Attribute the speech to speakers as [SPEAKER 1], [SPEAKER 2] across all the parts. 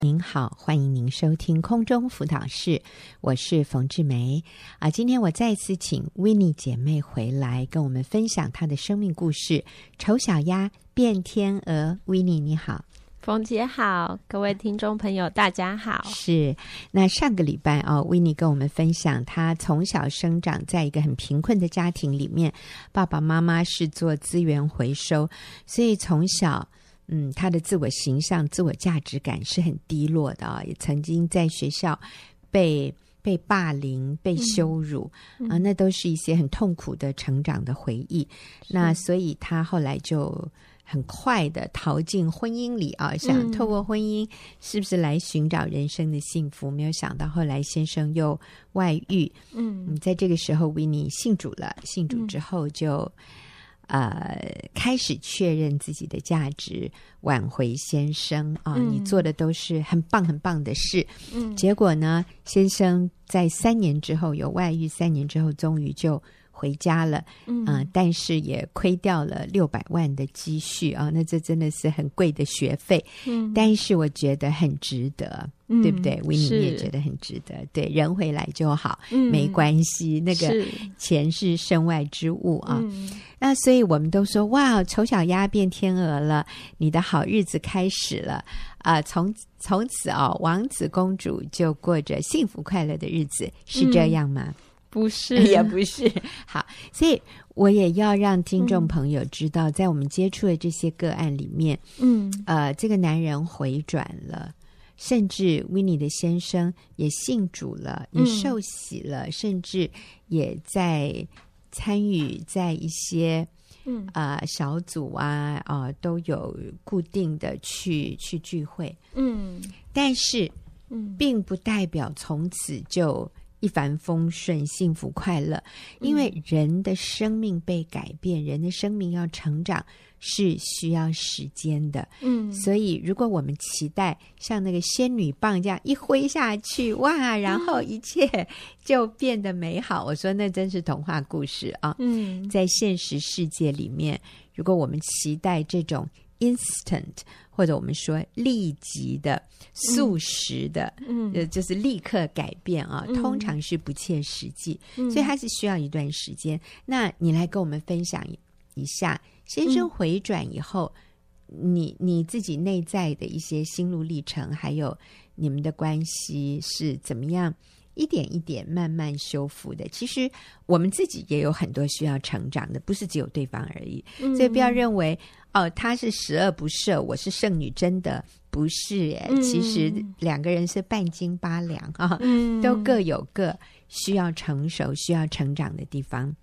[SPEAKER 1] 您好，欢迎您收听空中辅导室，我是冯志梅今天我再次请 Winnie 姐妹回来跟我们分享她的生命故事，丑小鸭变天鹅。 Winnie 你好。
[SPEAKER 2] 冯姐好，各位听众朋友大家好。
[SPEAKER 1] 是，那上个礼拜Winnie 跟我们分享她从小生长在一个很贫困的家庭里面，爸爸妈妈是做资源回收，所以从小他的自我形象、自我价值感是很低落的也曾经在学校被霸凌、被羞辱那都是一些很痛苦的成长的回忆。那所以他后来就很快的逃进婚姻里想透过婚姻是不是来寻找人生的幸福，没有想到后来先生又外遇。在这个时候 Winnie 信主了，信主之后就开始确认自己的价值，挽回先生你做的都是很棒很棒的事。结果呢，先生在3年之后有外遇，3年之后终于就回家了但是也亏掉了600万的积蓄那这真的是很贵的学费但是我觉得很值得对不对？Winnie 也觉得很值得。对，人回来就好没关系，那个钱是身外之物那所以我们都说哇，丑小鸭变天鹅了，你的好日子开始了从此王子公主就过着幸福快乐的日子，是这样吗？
[SPEAKER 2] 不是，
[SPEAKER 1] 也不是。好，所以我也要让听众朋友知道在我们接触的这些个案里面这个男人回转了，甚至 Winnie 的先生也信主了，也受洗了甚至也在参与在一些小组都有固定的去聚会但是并不代表从此就一帆风顺幸福快乐，因为人的生命被改变，人的生命要成长是需要时间的所以如果我们期待像那个仙女棒这样一挥下去哇，然后一切就变得美好我说那真是童话故事在现实世界里面，如果我们期待这种 instant 或者我们说立即的速食的就是立刻改变通常是不切实际所以它是需要一段时间那你来跟我们分享一下先生回转以后你自己内在的一些心路历程，还有你们的关系是怎么样一点一点慢慢修复的。其实我们自己也有很多需要成长的，不是只有对方而已所以不要认为他是十恶不赦，我是圣女，真的不是其实两个人是半斤八两都各有各需要成熟需要成长的地方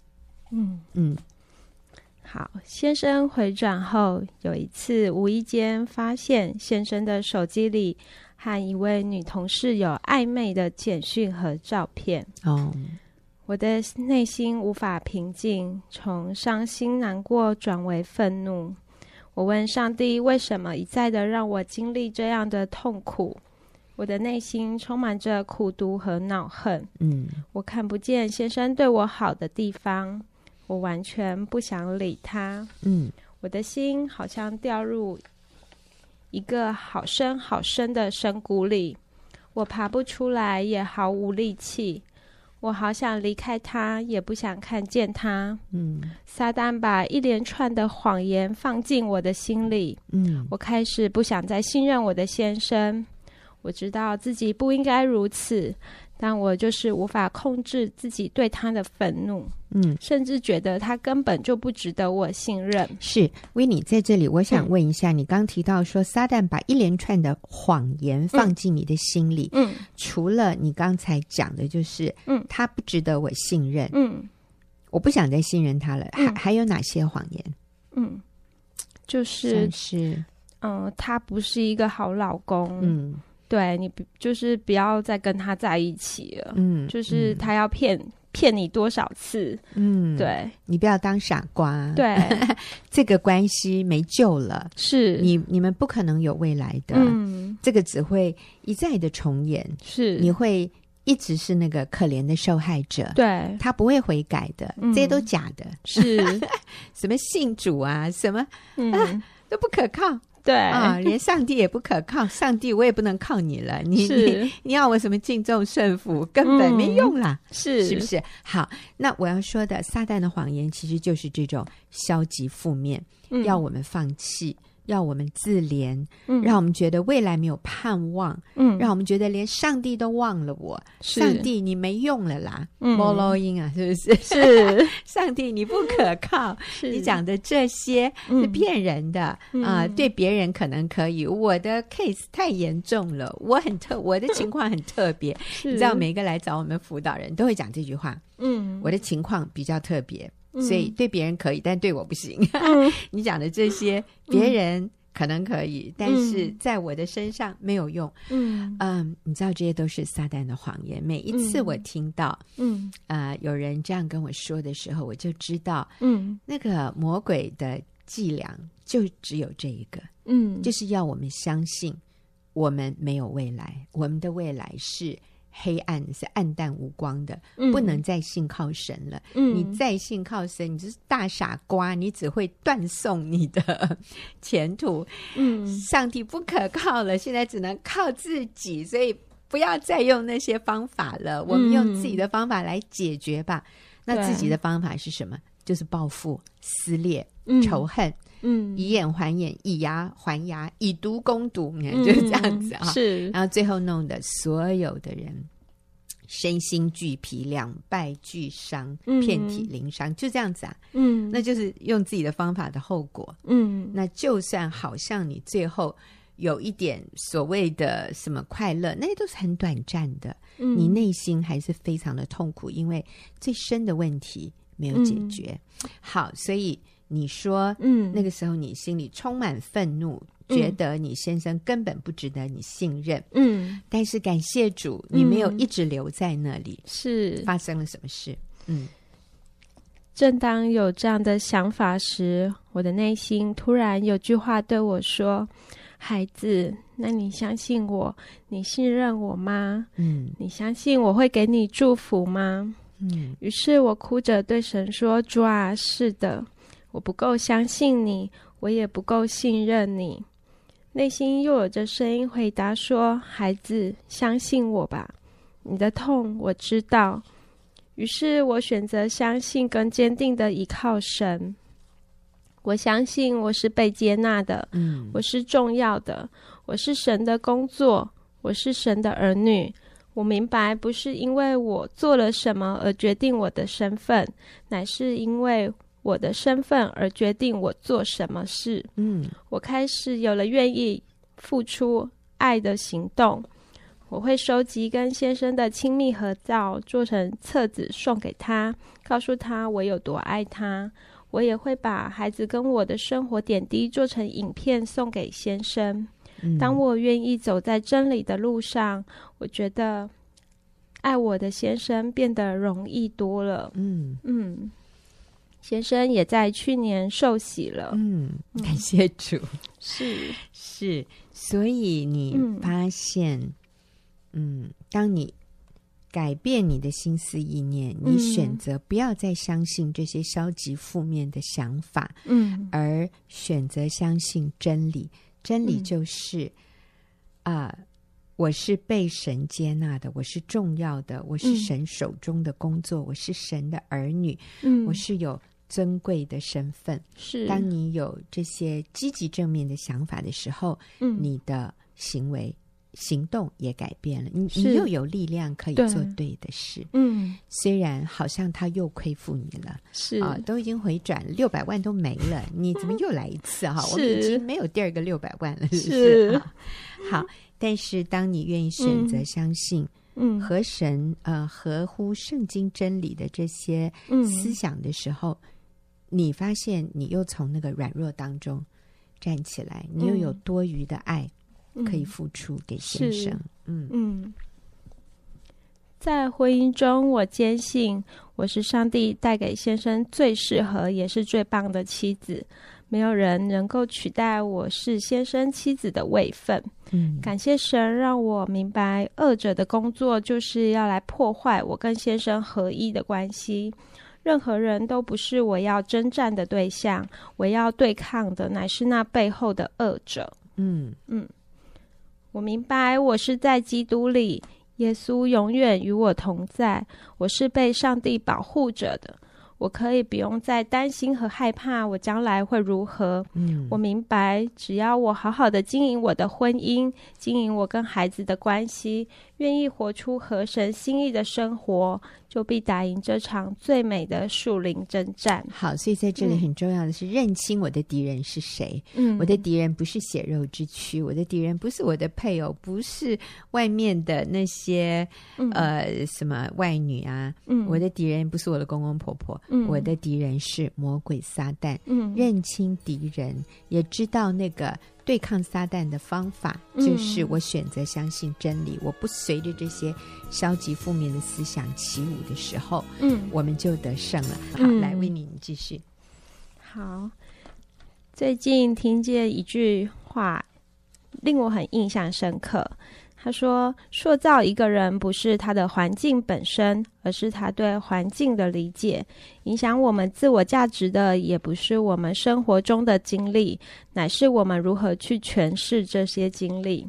[SPEAKER 2] 好，先生回转后，有一次无意间发现先生的手机里和一位女同事有暧昧的简讯和照片我的内心无法平静，从伤心难过转为愤怒。我问上帝为什么一再的让我经历这样的痛苦，我的内心充满着苦毒和恼恨我看不见先生对我好的地方，我完全不想理他我的心好像掉入一个好深好深的深谷里，我爬不出来，也毫无力气。我好想离开他，也不想看见他撒旦把一连串的谎言放进我的心里我开始不想再信任我的先生。我知道自己不应该如此，但我就是无法控制自己对他的愤怒甚至觉得他根本就不值得我信任。
[SPEAKER 1] 是 Winnie 在这里我想问一下你刚提到说撒旦把一连串的谎言放进你的心里除了你刚才讲的就是他不值得我信任我不想再信任他了还有哪些谎言
[SPEAKER 2] 就是他不是一个好老公对，你就是不要再跟他在一起了就是他要骗你多少次对，
[SPEAKER 1] 你不要当傻瓜
[SPEAKER 2] 对
[SPEAKER 1] 这个关系没救了，
[SPEAKER 2] 是
[SPEAKER 1] 你们不可能有未来的这个只会一再的重演，
[SPEAKER 2] 是你
[SPEAKER 1] 会一直是那个可怜的受害者，
[SPEAKER 2] 对，
[SPEAKER 1] 他不会悔改的这些都假的，
[SPEAKER 2] 是
[SPEAKER 1] 什么信主啊什么都不可靠。
[SPEAKER 2] 对
[SPEAKER 1] 连上帝也不可靠，上帝我也不能靠你了，你要我什么敬重顺服，根本没用啦，是不是？好，那我要说的撒旦的谎言其实就是这种消极负面，要我们放弃，要我们自怜，让我们觉得未来没有盼望，让我们觉得连上帝都忘了我，上帝你没用了啦，摩罗音啊，是不是？
[SPEAKER 2] 是
[SPEAKER 1] 上帝你不可靠，你讲的这些是骗人的对别人可能可以，我的 case 太严重了，我的情况很特别你知道每个来找我们辅导人都会讲这句话，我的情况比较特别，所以对别人可以，但对我不行你讲的这些别人可能可以，但是在我的身上没有用你知道这些都是撒旦的谎言。每一次我听到有人这样跟我说的时候，我就知道那个魔鬼的伎俩就只有这一个就是要我们相信我们没有未来，我们的未来是黑暗，是暗淡无光的，不能再信靠神了你再信靠神，你就是大傻瓜，你只会断送你的前途上帝不可靠了，现在只能靠自己，所以不要再用那些方法了我们用自己的方法来解决吧那自己的方法是什么？就是报复、撕裂、仇恨以眼还眼，以牙还牙，以毒攻毒就是这样子是，然后最后弄得所有的人身心俱疲，两败俱伤，遍体鳞伤就这样子那就是用自己的方法的后果那就算好像你最后有一点所谓的什么快乐，那些都是很短暂的你内心还是非常的痛苦，因为最深的问题没有解决好，所以你说那个时候你心里充满愤怒觉得你先生根本不值得你信任但是感谢主你没有一直留在那里是发生了什么事
[SPEAKER 2] 正当有这样的想法时，我的内心突然有句话对我说，孩子，那你相信我，你信任我吗你相信我会给你祝福吗于是我哭着对神说，主啊，是的，我不够相信你，我也不够信任你。内心又有着声音回答说，孩子，相信我吧，你的痛我知道。于是我选择相信跟坚定的依靠神。我相信我是被接纳的我是重要的，我是神的工作，我是神的儿女。我明白不是因为我做了什么而决定我的身份，乃是因为我的身份而决定我做什么事我开始有了愿意付出爱的行动。我会收集跟先生的亲密合照，做成册子送给他，告诉他我有多爱他。我也会把孩子跟我的生活点滴做成影片送给先生当我愿意走在真理的路上，我觉得爱我的先生变得容易多了先生也在去年受洗了
[SPEAKER 1] 感谢主
[SPEAKER 2] 是
[SPEAKER 1] 所以你发现当你改变你的心思意念你选择不要再相信这些消极负面的想法而选择相信真理真理就是我是被神接纳的，我是重要的，我是神手中的工作我是神的儿女我是有尊贵的身份是当你有这些积极正面的想法的时候你的行动也改变了你又有力量可以做对的事虽然好像他又亏负你了是都已经回转600万都没了你怎么又来一次我们已经没有第二个600万了是不是好但是当你愿意选择相信和神合乎圣经真理的这些思想的时候你发现你又从那个软弱当中站起来你又有多余的爱可以付出给先生
[SPEAKER 2] 在婚姻中我坚信我是上帝带给先生最适合也是最棒的妻子没有人能够取代我是先生妻子的位分感谢神让我明白恶者的工作就是要来破坏我跟先生合一的关系任何人都不是我要征战的对象，我要对抗的乃是那背后的恶者。我明白我是在基督里，耶稣永远与我同在，我是被上帝保护着的，我可以不用再担心和害怕我将来会如何。我明白只要我好好的经营我的婚姻，经营我跟孩子的关系，愿意活出合神心意的生活，就必打赢这场最美的属灵征战。
[SPEAKER 1] 好，所以在这里很重要的是认清我的敌人是谁。我的敌人不是血肉之躯，我的敌人不是我的配偶，不是外面的那些什么外女啊，我的敌人不是我的公公婆婆，我的敌人是魔鬼撒旦。认清敌人，也知道那个对抗撒旦的方法，就是我选择相信真理，我不随着这些消极负面的思想起舞的时候，我们就得胜了。好，来维尼，你继续。
[SPEAKER 2] 好，最近听见一句话令我很印象深刻，他说塑造一个人不是他的环境本身，而是他对环境的理解。影响我们自我价值的也不是我们生活中的经历，乃是我们如何去诠释这些经历。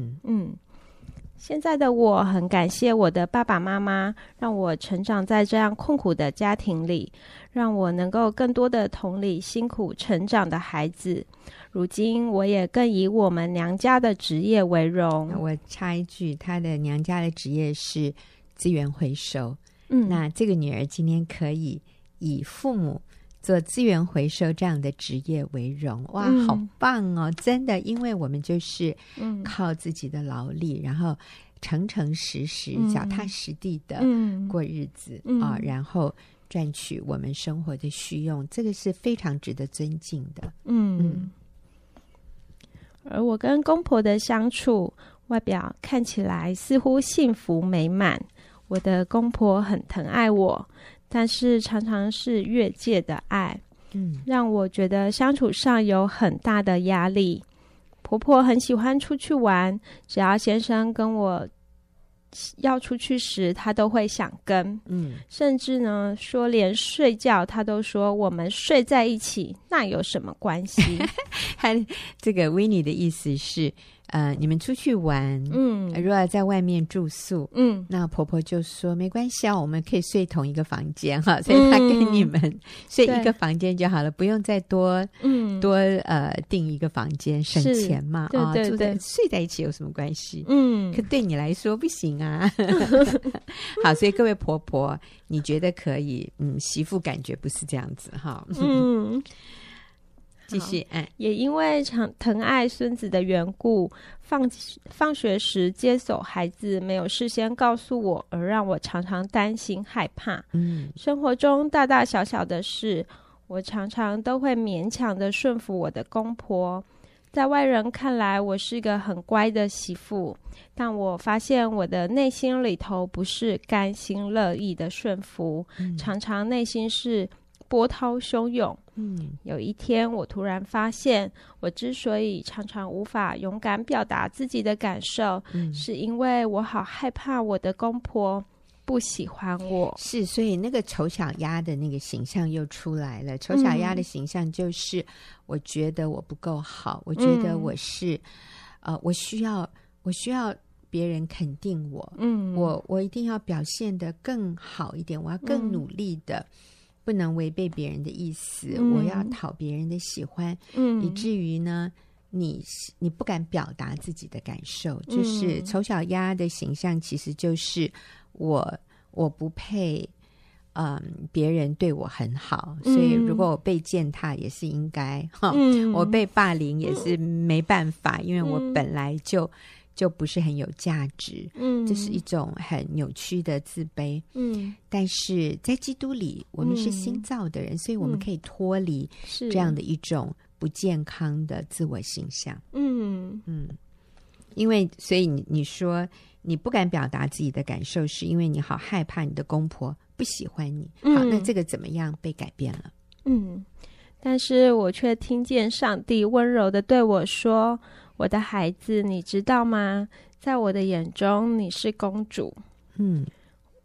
[SPEAKER 2] 现在的我很感谢我的爸爸妈妈，让我成长在这样困苦的家庭里，让我能够更多的同理辛苦成长的孩子。如今我也更以我们娘家的职业为荣。
[SPEAKER 1] 我插一句，她的娘家的职业是资源回收。那这个女儿今天可以以父母做资源回收这样的职业为荣。哇，好棒哦，真的，因为我们就是靠自己的劳力，然后诚诚实实脚踏实地的过日子然后赚取我们生活的需用，这个是非常值得尊敬的。
[SPEAKER 2] 而我跟公婆的相处，外表看起来似乎幸福美满，我的公婆很疼爱我，但是常常是越界的爱，让我觉得相处上有很大的压力。婆婆很喜欢出去玩，只要先生跟我要出去时，她都会想跟，甚至呢说连睡觉她都说我们睡在一起，那有什么关系？
[SPEAKER 1] 这个维尼的意思是你们出去玩，如果在外面住宿，那婆婆就说没关系啊，我们可以睡同一个房间哈，所以她跟你们睡一个房间就好了，不用再多订一个房间，省钱嘛
[SPEAKER 2] 对对，
[SPEAKER 1] 睡在一起有什么关系？可对你来说不行啊。好，所以各位婆婆，你觉得可以，媳妇感觉不是这样子哈。继续。
[SPEAKER 2] 也因为疼爱孙子的缘故，放学时接走孩子没有事先告诉我，而让我常常担心害怕。生活中大大小小的事，我常常都会勉强的顺服我的公婆。在外人看来，我是个很乖的媳妇，但我发现我的内心里头不是甘心乐意的顺服，常常内心是波涛汹涌。有一天我突然发现，我之所以常常无法勇敢表达自己的感受，是因为我好害怕我的公婆不喜欢我。
[SPEAKER 1] 是，所以那个丑小鸭的那个形象又出来了。丑小鸭的形象就是我觉得我不够好，我觉得我是我需要别人肯定我，我一定要表现得更好一点，我要更努力的，不能违背别人的意思，我要讨别人的喜欢，以至于呢你不敢表达自己的感受。就是丑小鸭的形象其实就是我不配别人对我很好，所以如果我被践踏也是应该我被霸凌也是没办法，因为我本来就不是很有价值，这是一种很扭曲的自卑。但是在基督里我们是新造的人，所以我们可以脱离这样的一种不健康的自我形象。因为所以你说你不敢表达自己的感受，是因为你好害怕你的公婆不喜欢你。好，那这个怎么样被改变了？
[SPEAKER 2] 但是我却听见上帝温柔地对我说，我的孩子，你知道吗？在我的眼中你是公主。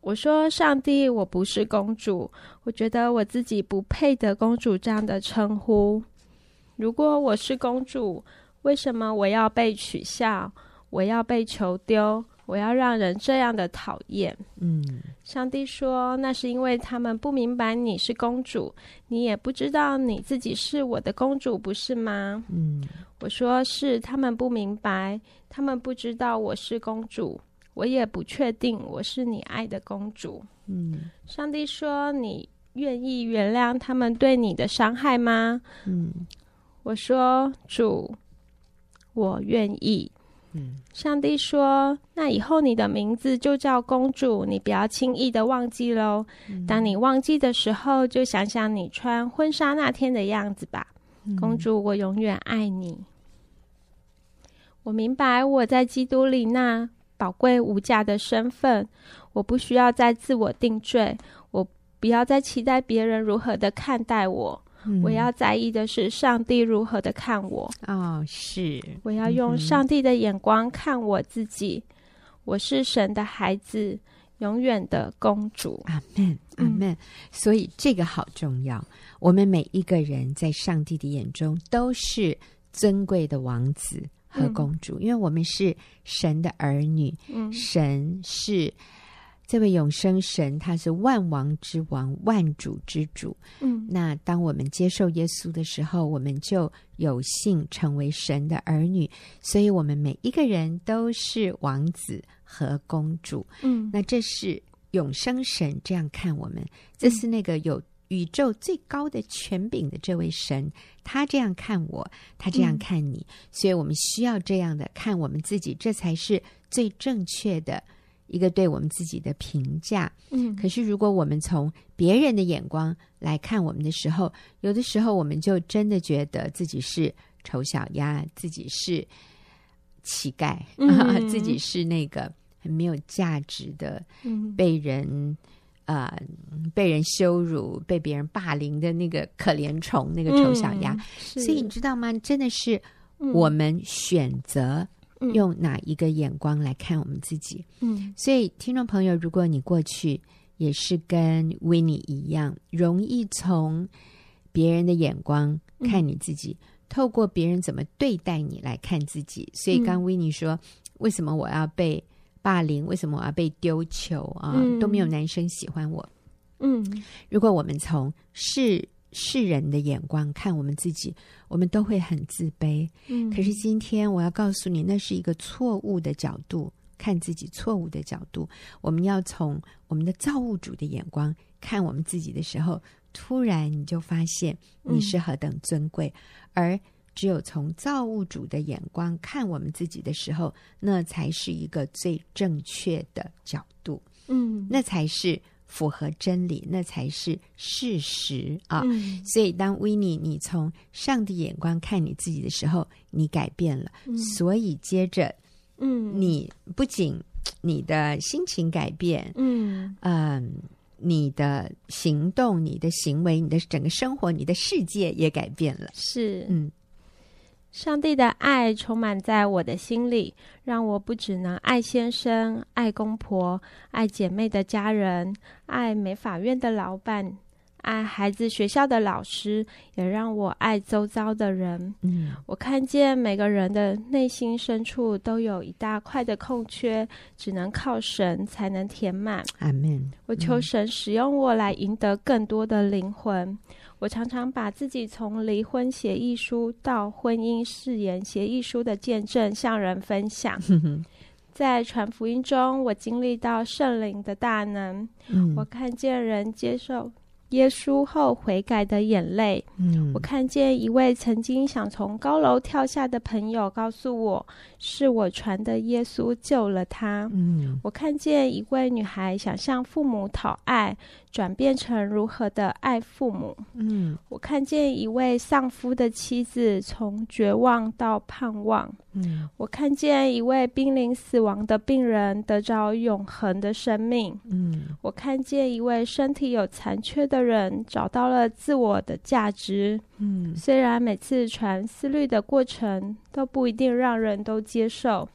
[SPEAKER 2] 我说上帝，我不是公主，我觉得我自己不配得公主这样的称呼。如果我是公主，为什么我要被取笑，我要被囚丢，我要让人这样的讨厌？上帝说，那是因为他们不明白你是公主，你也不知道你自己是我的公主，不是吗？我说是，他们不明白，他们不知道我是公主，我也不确定我是你爱的公主。上帝说，你愿意原谅他们对你的伤害吗？我说，主，我愿意。上帝说，那以后你的名字就叫公主，你不要轻易的忘记咯。当你忘记的时候，就想想你穿婚纱那天的样子吧。公主，我永远爱你。我明白我在基督里那宝贵无价的身份，我不需要再自我定罪，我不要再期待别人如何的看待我，我要在意的是上帝如何的看我。
[SPEAKER 1] 是，
[SPEAKER 2] 我要用上帝的眼光看我自己，我是神的孩子，永远的公主。
[SPEAKER 1] 阿们，阿们。所以这个好重要，我们每一个人在上帝的眼中都是尊贵的王子和公主，因为我们是神的儿女。神是这位永生神，他是万王之王，万主之主。那当我们接受耶稣的时候，我们就有幸成为神的儿女，所以我们每一个人都是王子和公主。那这是永生神这样看我们，这是那个有宇宙最高的权柄的这位神，他这样看我，他这样看你，所以我们需要这样的看我们自己，这才是最正确的一个对我们自己的评价。可是如果我们从别人的眼光来看我们的时候，有的时候我们就真的觉得自己是丑小鸭，自己是乞丐，自己是那个很没有价值的，被人羞辱，被别人霸凌的那个可怜虫，那个丑小鸭。所以你知道吗？真的是我们选择用哪一个眼光来看我们自己。所以听众朋友，如果你过去也是跟 Winnie 一样，容易从别人的眼光看你自己，透过别人怎么对待你来看自己。所以刚 Winnie 说，为什么我要被霸凌，为什么我要被丢球啊？都没有男生喜欢我。如果我们从世人的眼光看我们自己，我们都会很自卑。可是今天我要告诉你，那是一个错误的角度看自己，错误的角度。我们要从我们的造物主的眼光看我们自己的时候，突然你就发现你是何等尊贵。而只有从造物主的眼光看我们自己的时候，那才是一个最正确的角度。那才是符合真理，那才是事实啊！所以当 Winnie 你从上帝眼光看你自己的时候，你改变了。所以接着你不仅你的心情改变，你的行动，你的行为，你的整个生活，你的世界也改变了。
[SPEAKER 2] 是上帝的爱充满在我的心里，让我不只能爱先生、爱公婆、爱姐妹的家人、爱美法院的老板、爱孩子学校的老师，也让我爱周遭的人。我看见每个人的内心深处都有一大块的空缺，只能靠神才能填满。
[SPEAKER 1] 阿们。
[SPEAKER 2] 我求神使用我来赢得更多的灵魂。我常常把自己从离婚协议书到婚姻誓言协议书的见证向人分享。在传福音中，我经历到圣灵的大能。我看见人接受耶稣后悔改的眼泪。我看见一位曾经想从高楼跳下的朋友告诉我，是我传的耶稣救了他。我看见一位女孩想向父母讨爱，转变成如何的爱父母。我看见一位丧夫的妻子从绝望到盼望。我看见一位濒临死亡的病人得着永恒的生命。我看见一位身体有残缺的人找到了自我的价值。虽然每次传思虑的过程都不一定让人都接受，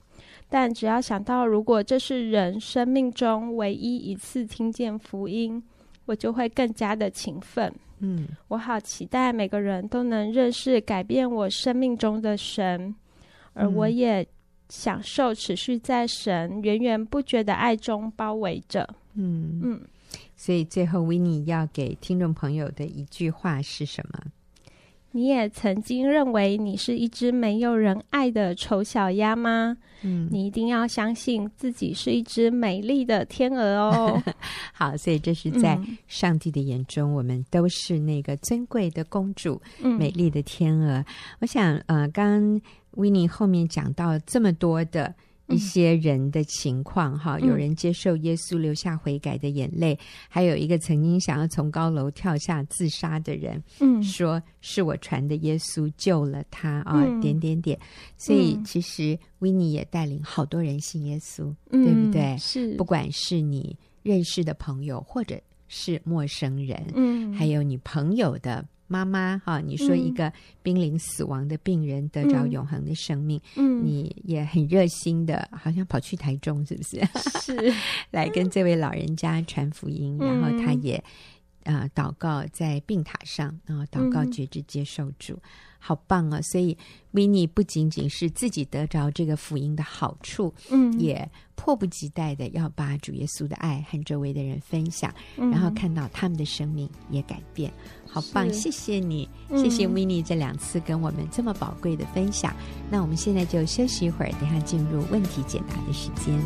[SPEAKER 2] 但只要想到如果这是人生命中唯一一次听见福音，我就会更加的勤奋。我好期待每个人都能认识改变我生命中的神，而我也享受持续在神源源不绝的爱中包围着。
[SPEAKER 1] 所以最后 Winnie 要给听众朋友的一句话是什么？
[SPEAKER 2] 你也曾经认为你是一只没有人爱的丑小鸭吗？你一定要相信自己是一只美丽的天鹅哦。
[SPEAKER 1] 好，所以这是在上帝的眼中，我们都是那个尊贵的公主，美丽的天鹅。我想刚刚 Winnie 后面讲到这么多的一些人的情况哈，有人接受耶稣流下悔改的眼泪，还有一个曾经想要从高楼跳下自杀的人，说是我传的耶稣救了他啊，所以其实 Winnie 也带领好多人信耶稣，对不对？
[SPEAKER 2] 是，
[SPEAKER 1] 不管是你认识的朋友或者是陌生人，还有你朋友的妈妈哈，你说一个濒临死亡的病人得着永恒的生命，你也很热心的，好像跑去台中是不是？
[SPEAKER 2] 是
[SPEAKER 1] 来跟这位老人家传福音，然后他也祷告在病榻上，然后祷告决志接受主，好棒啊！所以 Winnie 不仅仅是自己得着这个福音的好处，也迫不及待的要把主耶稣的爱和周围的人分享，然后看到他们的生命也改变，好棒！谢谢你，谢谢 Winnie 这2次跟我们这么宝贵的分享。那我们现在就休息一会儿，等一下进入问题解答的时间。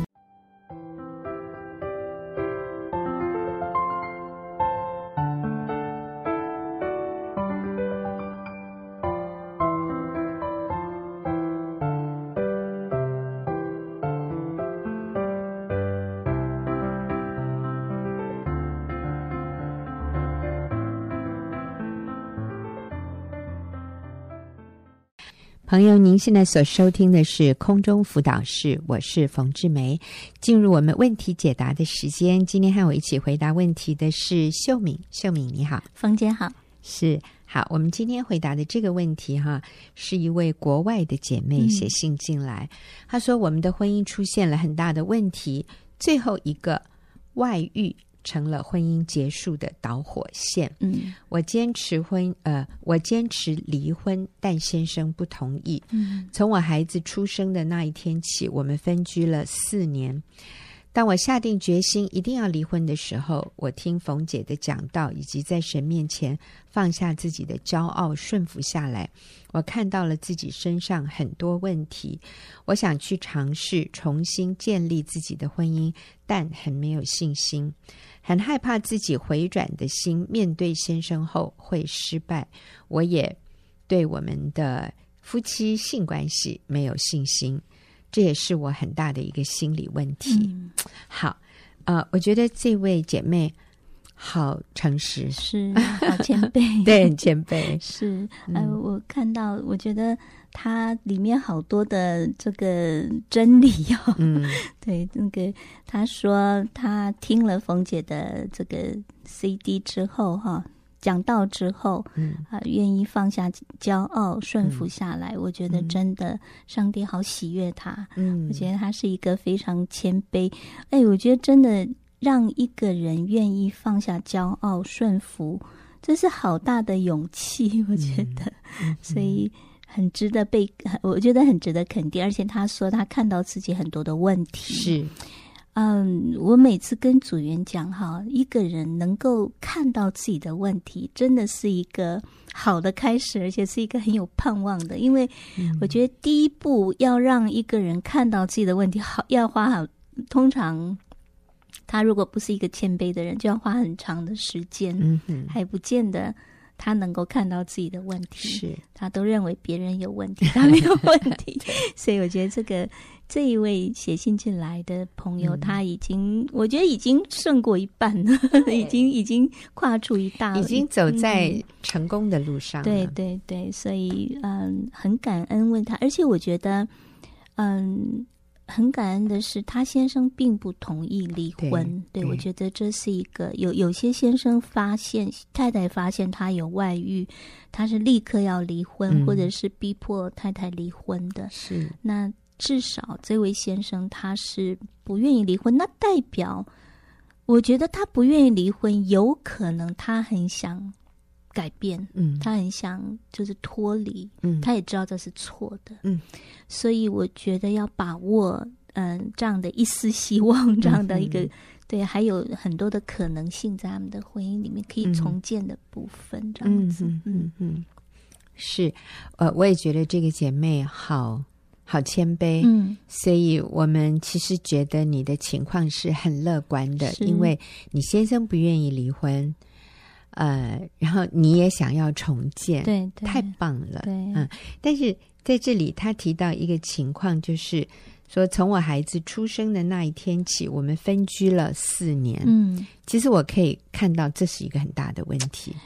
[SPEAKER 1] 朋友，您现在所收听的是空中辅导室，我是冯志梅。进入我们问题解答的时间，今天和我一起回答问题的是秀敏。秀敏你好。
[SPEAKER 3] 冯姐好。
[SPEAKER 1] 是，好，我们今天回答的这个问题哈，是一位国外的姐妹写信进来，她说我们的婚姻出现了很大的问题，最后一个外遇成了婚姻结束的导火线。我坚持离婚，但先生不同意。从我孩子出生的那一天起，我们分居了4年。当我下定决心一定要离婚的时候，我听冯姐的讲道，以及在神面前放下自己的骄傲，顺服下来，我看到了自己身上很多问题。我想去尝试重新建立自己的婚姻，但很没有信心，很害怕自己回转的心面对先生后会失败。我也对我们的夫妻性关系没有信心，这也是我很大的一个心理问题。好，我觉得这位姐妹好诚实，
[SPEAKER 3] 是好谦卑，
[SPEAKER 1] 对，很谦卑。
[SPEAKER 3] 是，我看到，我觉得它里面好多的这个真理哦。对，那个她说她听了冯姐的这个 CD 之后哈。讲道之后，愿意放下骄傲，顺服下来，我觉得真的上帝好喜悦他。我觉得他是一个非常谦卑。我觉得真的让一个人愿意放下骄傲，顺服，这是好大的勇气，我觉得。所以很值得我觉得很值得肯定。而且他说他看到自己很多的问题。
[SPEAKER 1] 是。
[SPEAKER 3] 我每次跟组员讲哈，一个人能够看到自己的问题，真的是一个好的开始，而且是一个很有盼望的。因为我觉得第一步要让一个人看到自己的问题，要花通常他如果不是一个谦卑的人，就要花很长的时间，还不见得他能够看到自己的问题，是他都认为别人有问题，他没有问题。所以我觉得这一位写信进来的朋友，他我觉得已经胜过一半了，已经跨出一大，
[SPEAKER 1] 已经走在成功的路上了。
[SPEAKER 3] 对对对，所以很感恩问他，而且我觉得很感恩的是，他先生并不同意离婚。对，我觉得这是一个有些先生太太发现他有外遇，他是立刻要离婚，或者是逼迫太太离婚的。
[SPEAKER 1] 是，
[SPEAKER 3] 那至少这位先生他是不愿意离婚，那代表我觉得他不愿意离婚，有可能他很想改变，他很想就是脱离，他也知道这是错的，所以我觉得要把握这样的一丝希望，这样的一个对，还有很多的可能性在他们的婚姻里面可以重建的部分，这样子。
[SPEAKER 1] 是，我也觉得这个姐妹好谦卑，所以我们其实觉得你的情况是很乐观的，因为你先生不愿意离婚，然后你也想要重建，
[SPEAKER 3] 对，
[SPEAKER 1] 太棒了，
[SPEAKER 3] 对，
[SPEAKER 1] 但是在这里他提到一个情况，就是说从我孩子出生的那一天起，我们分居了4年。其实我可以看到这是一个很大的问题。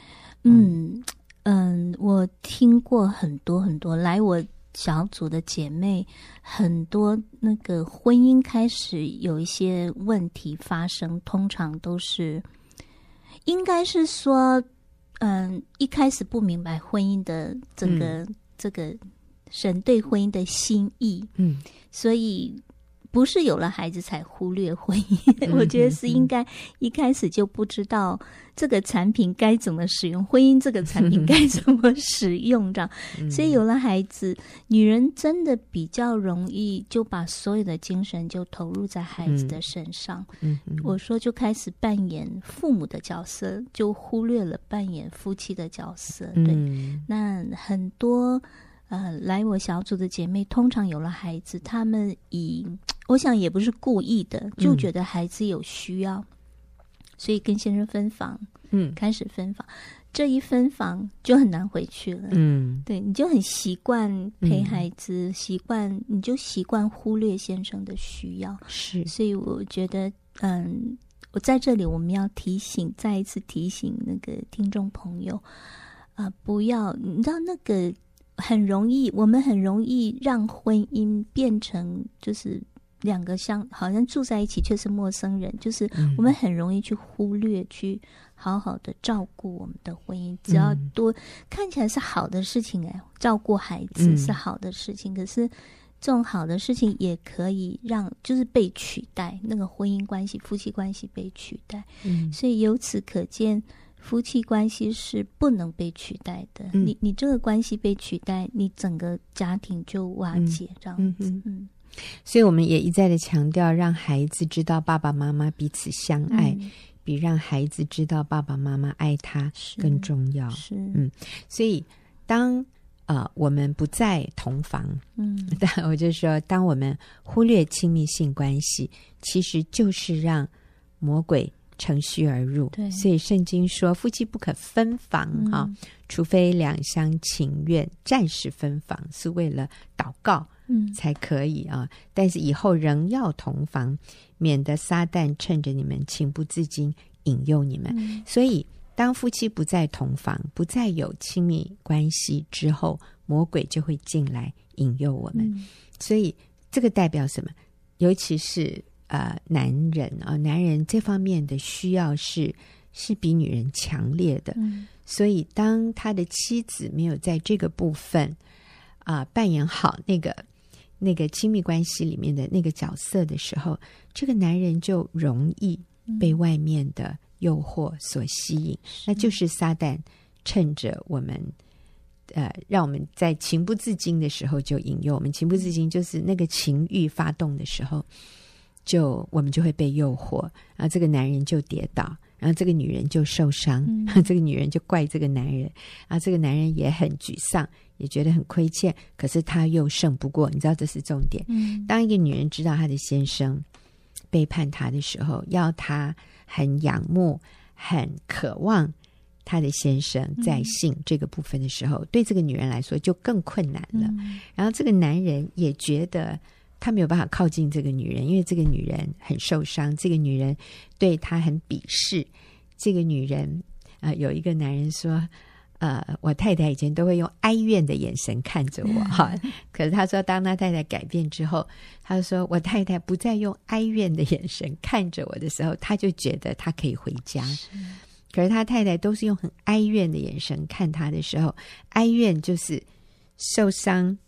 [SPEAKER 3] 我听过很多很多来我小组的姐妹，很多那个婚姻开始有一些问题发生，通常都是应该是说一开始不明白婚姻的整个这个神对婚姻的心意，所以不是有了孩子才忽略婚姻，我觉得是应该一开始就不知道这个产品该怎么使用，婚姻这个产品该怎么使用这样，所以有了孩子，女人真的比较容易就把所有的精神就投入在孩子的身上，我说就开始扮演父母的角色，就忽略了扮演夫妻的角色，对，那很多来我小组的姐妹通常有了孩子，她们我想也不是故意的，就觉得孩子有需要，所以跟先生分房，开始分房，这一分房就很难回去了，对，你就很习惯陪孩子，你就习惯忽略先生的需要，
[SPEAKER 1] 是，
[SPEAKER 3] 所以我觉得我在这里我们要再一次提醒那个听众朋友不要，你知道那个我们很容易让婚姻变成就是两个好像住在一起却是陌生人，就是我们很容易去忽略去好好的照顾我们的婚姻，只要多看起来是好的事情，照顾孩子是好的事情，可是这种好的事情也可以让就是被取代，那个婚姻关系夫妻关系被取代，所以由此可见夫妻关系是不能被取代的，你这个关系被取代，你整个家庭就瓦解，这样子。
[SPEAKER 1] 所以我们也一再的强调，让孩子知道爸爸妈妈彼此相爱，比让孩子知道爸爸妈妈爱他更重要。所以当我们不再同房，但我就说，当我们忽略亲密性关系，其实就是让魔鬼乘虚而入。所以圣经说夫妻不可分房，除非两相情愿，暂时分房是为了祷告才可以但是以后仍要同房，免得撒旦趁着你们情不自禁引诱你们。所以当夫妻不再同房，不再有亲密关系之后，魔鬼就会进来引诱我们。所以这个代表什么？尤其是男人这方面的需要是比女人强烈的，所以当他的妻子没有在这个部分扮演好那个亲密关系里面的那个角色的时候，这个男人就容易被外面的诱惑所吸引，那就是撒旦趁着我们让我们在情不自禁的时候就引诱我们，情不自禁就是那个情欲发动的时候，我们就会被诱惑，然后这个男人就跌倒，然后这个女人就受伤，这个女人就怪这个男人，然后这个男人也很沮丧，也觉得很亏欠，可是他又胜不过，你知道这是重点。当一个女人知道她的先生背叛她的时候，要她很仰慕很渴望她的先生在性这个部分的时候，对这个女人来说就更困难了。然后这个男人也觉得他没有办法靠近这个女人，因为这个女人很受伤，这个女人对他很鄙视。这个女人有一个男人说我太太以前都会用哀怨的眼神看着我可是他说当他太太改变之后，他说我太太不再用哀怨的眼神看着我的时候，他就觉得他可以回家。可是他太太都是用很哀怨的眼神看他的时候，哀怨就是受伤，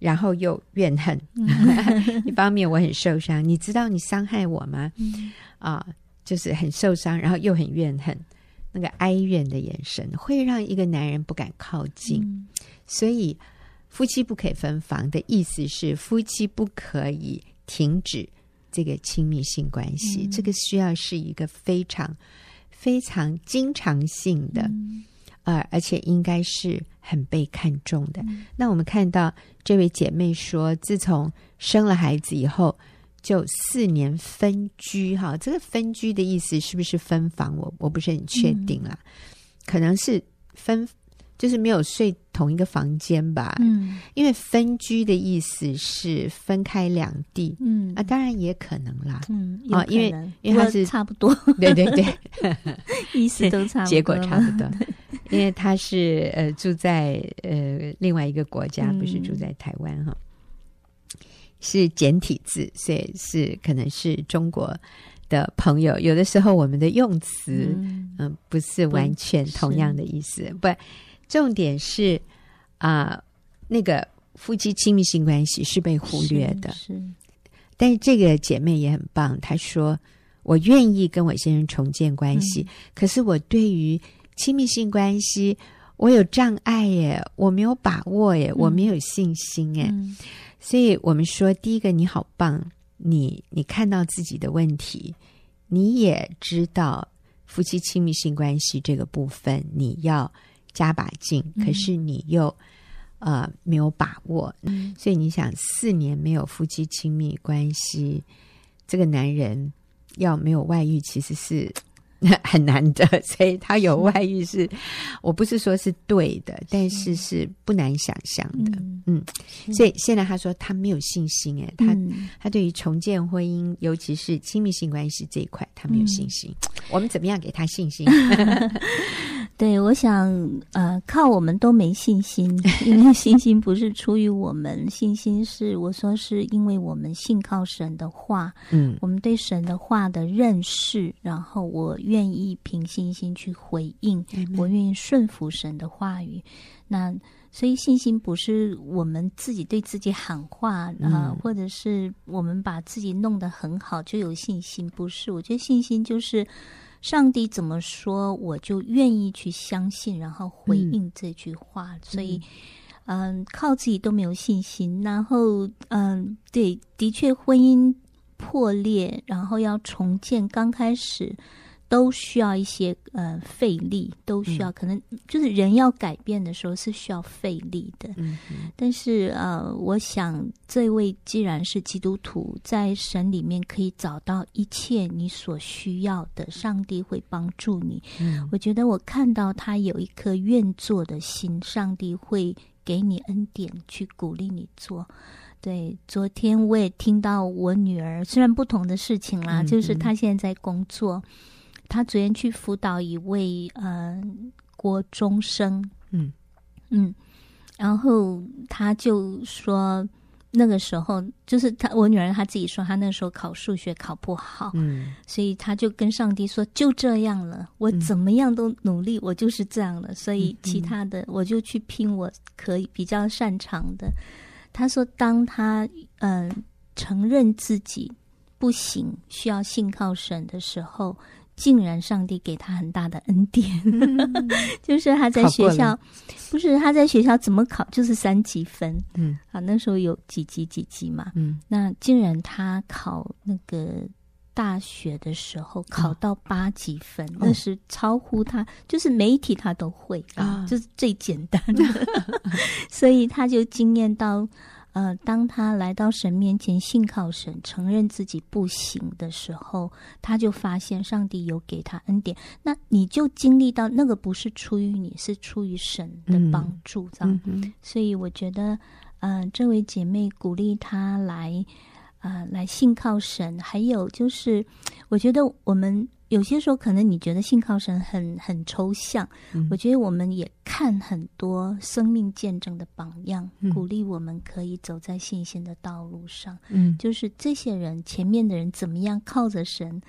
[SPEAKER 1] 然后又怨恨。一方面我很受伤，你知道你伤害我吗？就是很受伤，然后又很怨恨，那个哀怨的眼神会让一个男人不敢靠近。所以夫妻不可以分房的意思是，夫妻不可以停止这个亲密性关系，这个需要是一个非常非常经常性的，而且应该是很被看重的。那我们看到这位姐妹说，自从生了孩子以后，就4年分居。这个分居的意思是不是分房？我不是很确定啦，可能是就是没有睡同一个房间吧。因为分居的意思是分开两地。当然也可能啦。因为他是
[SPEAKER 3] 差不多。
[SPEAKER 1] 对对对，
[SPEAKER 3] 意思都差不多，
[SPEAKER 1] 结果差不多。因为他是住在另外一个国家，不是住在台湾哈。是简体字，所以是可能是中国的朋友，有的时候我们的用词不是完全同样的意思。不，重点是那个夫妻亲密性关系是被忽略的。是，但是这个姐妹也很棒，她说我愿意跟我先生重建关系，可是我对于亲密性关系我有障碍耶，我没有把握耶，我没有信心耶。所以我们说，第一个，你好棒，你看到自己的问题，你也知道夫妻亲密性关系这个部分你要加把劲，可是你又没有把握。所以你想4年没有夫妻亲密关系，这个男人要没有外遇其实是很难的，所以他有外遇是我不是说是对的，但是是不难想象的。所以现在他说他没有信心耶，他对于重建婚姻尤其是亲密性关系这一块他没有信心。我们怎么样给他信心？
[SPEAKER 3] 对，我想靠我们都没信心，因为信心不是出于我们，信心是我说是因为我们信靠神的话，我们对神的话的认识，然后我愿意凭信心去回应，我愿意顺服神的话语。那所以信心不是我们自己对自己喊话或者是我们把自己弄得很好就有信心，不是。我觉得信心就是上帝怎么说我就愿意去相信，然后回应这句话。所以靠自己都没有信心，然后对，的确婚姻破裂然后要重建，刚开始都需要一些费力，都需要可能就是人要改变的时候是需要费力的。但是我想这位既然是基督徒，在神里面可以找到一切你所需要的，上帝会帮助你。我觉得我看到他有一颗愿做的心，上帝会给你恩典去鼓励你做。对，昨天我也听到我女儿，虽然不同的事情啦，就是她现在在工作，她昨天去辅导一位国中生，然后她就说那个时候就是我女儿她自己说她那时候考数学考不好，所以她就跟上帝说就这样了，我怎么样都努力，我就是这样了，所以其他的我就去拼我可以比较擅长的。她说当她承认自己不行，需要信靠神的时候，竟然上帝给他很大的恩典。就是他在学校不是他在学校怎么考就是3级分，那时候有几级嘛，那竟然他考那个大学的时候考到8级分，那是超乎他，就是每一题他都会就是最简单的。所以他就经验到当他来到神面前信靠神，承认自己不行的时候，他就发现上帝有给他恩典。那你就经历到那个不是出于你，是出于神的帮助，这样。所以我觉得这位姐妹鼓励他来信靠神。还有就是我觉得我们有些时候可能你觉得信靠神很抽象，我觉得我们也看很多生命见证的榜样，鼓励我们可以走在信心的道路上。就是这些人前面的人怎么样靠着神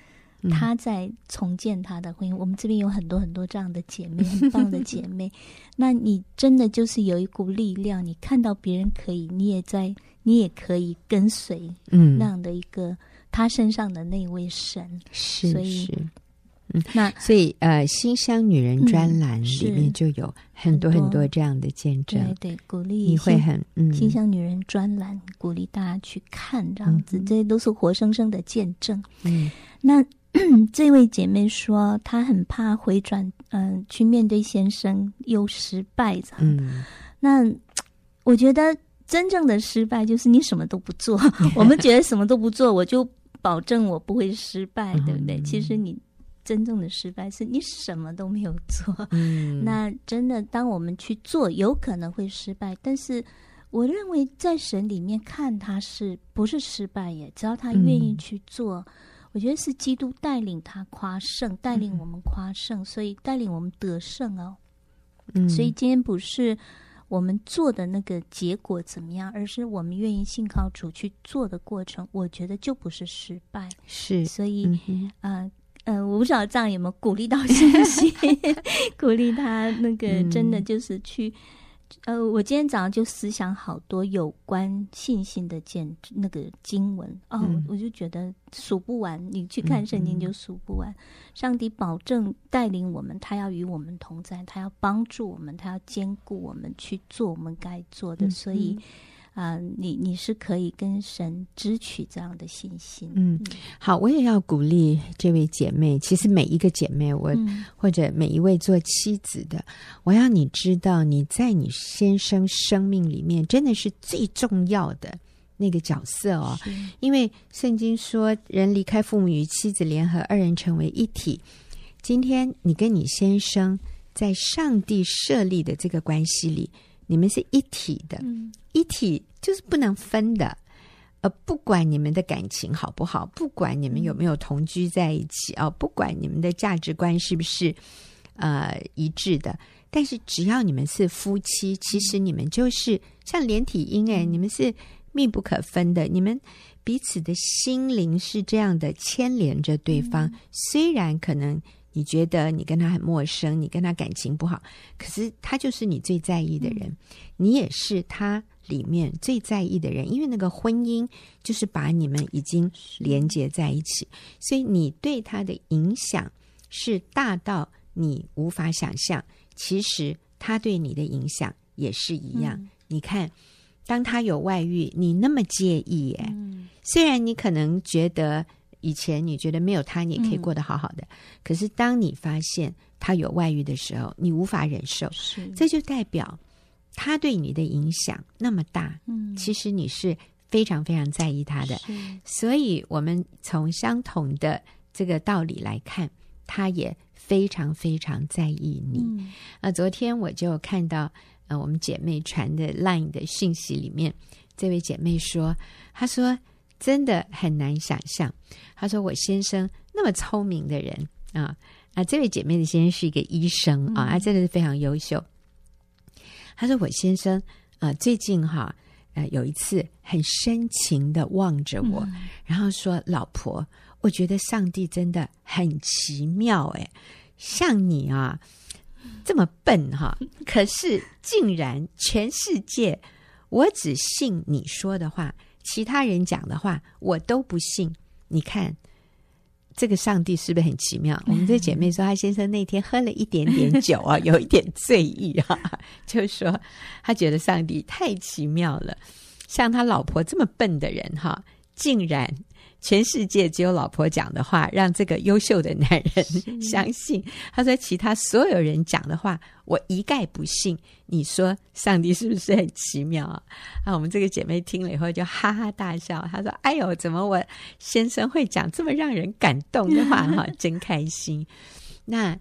[SPEAKER 3] 她在重建她的婚姻。我们这边有很多很多这样的姐妹，很棒的姐妹。那你真的就是有一股力量，你看到别人可以，你也可以跟随那样的一个他身上的那位神。
[SPEAKER 1] 是，
[SPEAKER 3] 所以
[SPEAKER 1] 是。所以馨香女人专栏里面就有很多很多这样的见证。
[SPEAKER 3] 对，鼓励
[SPEAKER 1] 你会很
[SPEAKER 3] 馨香女人专栏，鼓励大家去看这样子，这些都是活生生的见证。那这位姐妹说她很怕回转去面对先生又失败这样。那我觉得真正的失败就是你什么都不做。我们觉得什么都不做我就保证我不会失败，对不对？其实你真正的失败是你什么都没有做。那真的当我们去做有可能会失败，但是我认为在神里面看他是不是失败耶？只要他愿意去做，我觉得是基督带领他夸胜，带领我们夸胜，所以带领我们得胜哦。所以今天不是我们做的那个结果怎么样，而是我们愿意信靠主去做的过程，我觉得就不是失败。
[SPEAKER 1] 是，
[SPEAKER 3] 所以我不知道这样有没有鼓励到信心鼓励他那个真的就是去我今天早上就思想好多有关信心的那个经文我就觉得数不完，你去看圣经就数不完。上帝保证带领我们，他要与我们同在，他要帮助我们，他要兼顾我们去做我们该做的。所以你是可以跟神支取这样的信心。
[SPEAKER 1] 好，我也要鼓励这位姐妹，其实每一个姐妹或者每一位做妻子的，我要你知道你在你先生生命里面真的是最重要的那个角色哦。因为圣经说人离开父母与妻子联合，二人成为一体。今天你跟你先生在上帝设立的这个关系里，你们是一体的，一体就是不能分的。不管你们的感情好不好，不管你们有没有同居在一起不管你们的价值观是不是一致的，但是只要你们是夫妻，其实你们就是像连体婴你们是密不可分的，你们彼此的心灵是这样的牵连着对方。虽然可能你觉得你跟他很陌生，你跟他感情不好，可是他就是你最在意的人，你也是他里面最在意的人，因为那个婚姻就是把你们已经连结在一起，所以你对他的影响是大到你无法想象。其实他对你的影响也是一样。你看当他有外遇，你那么介意虽然你可能觉得以前你觉得没有他你也可以过得好好的，可是当你发现他有外遇的时候，你无法忍受。这就代表他对你的影响那么大，其实你是非常非常在意他的。所以我们从相同的这个道理来看，他也非常非常在意你。昨天我就看到我们姐妹传的 LINE 的讯息里面，这位姐妹说，她说真的很难想象，她说我先生那么聪明的人这位姐妹的先生是一个医生他真的是非常优秀。她说我先生最近有一次很深情的望着我，然后说老婆，我觉得上帝真的很奇妙像你这么笨可是竟然全世界我只信你说的话，其他人讲的话我都不信。你看这个上帝是不是很奇妙？我们这姐妹说她先生那天喝了一点点酒有一点醉意就说她觉得上帝太奇妙了，像她老婆这么笨的人竟然全世界只有老婆讲的话让这个优秀的男人相信。他说其他所有人讲的话我一概不信。你说上帝是不是很奇妙我们这个姐妹听了以后就哈哈大笑，她说哎呦，怎么我先生会讲这么让人感动的话真开心。那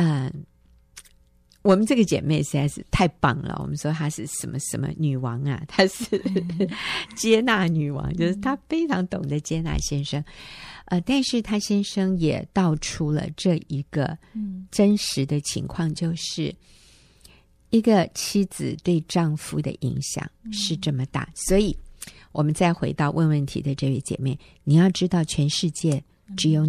[SPEAKER 1] 我们这个姐妹实在是太棒了，我们说她是什么什么女王她是接纳女王，就是她非常懂得接纳先生但是她先生也道出了这一个真实的情况，就是一个妻子对丈夫的影响是这么大。所以我们再回到问问题的这位姐妹，你要知道全世界只有你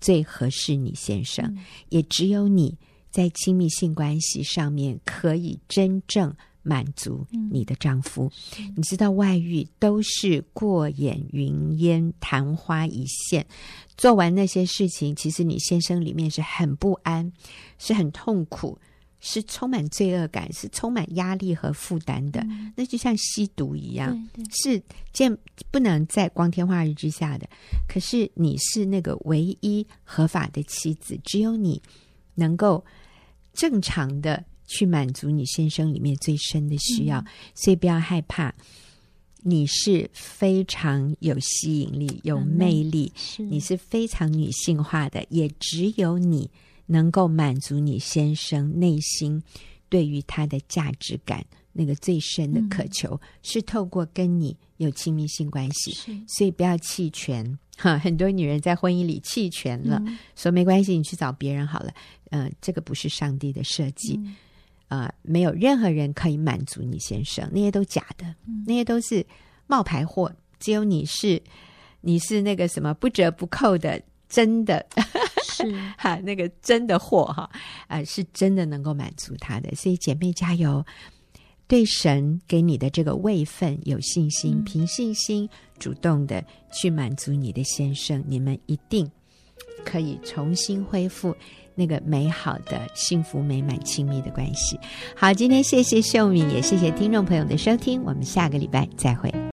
[SPEAKER 1] 最合适你先生，也只有你在亲密性关系上面可以真正满足你的丈夫。你知道外遇都是过眼云烟，昙花一现，做完那些事情，其实你先生里面是很不安，是很痛苦，是充满罪恶感，是充满压力和负担的。那就像吸毒一样，是不能在光天化日之下的。可是你是那个唯一合法的妻子，只有你能够正常的去满足你先生里面最深的需要。所以不要害怕，你是非常有吸引力有魅力，你是非常女性化的，也只有你能够满足你先生内心对于他的价值感那个最深的渴求，是透过跟你有亲密性关系。所以不要弃权，很多女人在婚姻里弃权了，说没关系，你去找别人好了。这个不是上帝的设计。没有任何人可以满足你先生，那些都假的，那些都是冒牌货，只有你是那个什么不折不扣的真的是那个真的货是真的能够满足他的。所以姐妹加油，对神给你的这个位分有信心，凭信心主动的去满足你的先生，你们一定可以重新恢复那个美好的幸福美满亲密的关系。好，今天谢谢秀敏，也谢谢听众朋友的收听，我们下个礼拜再会。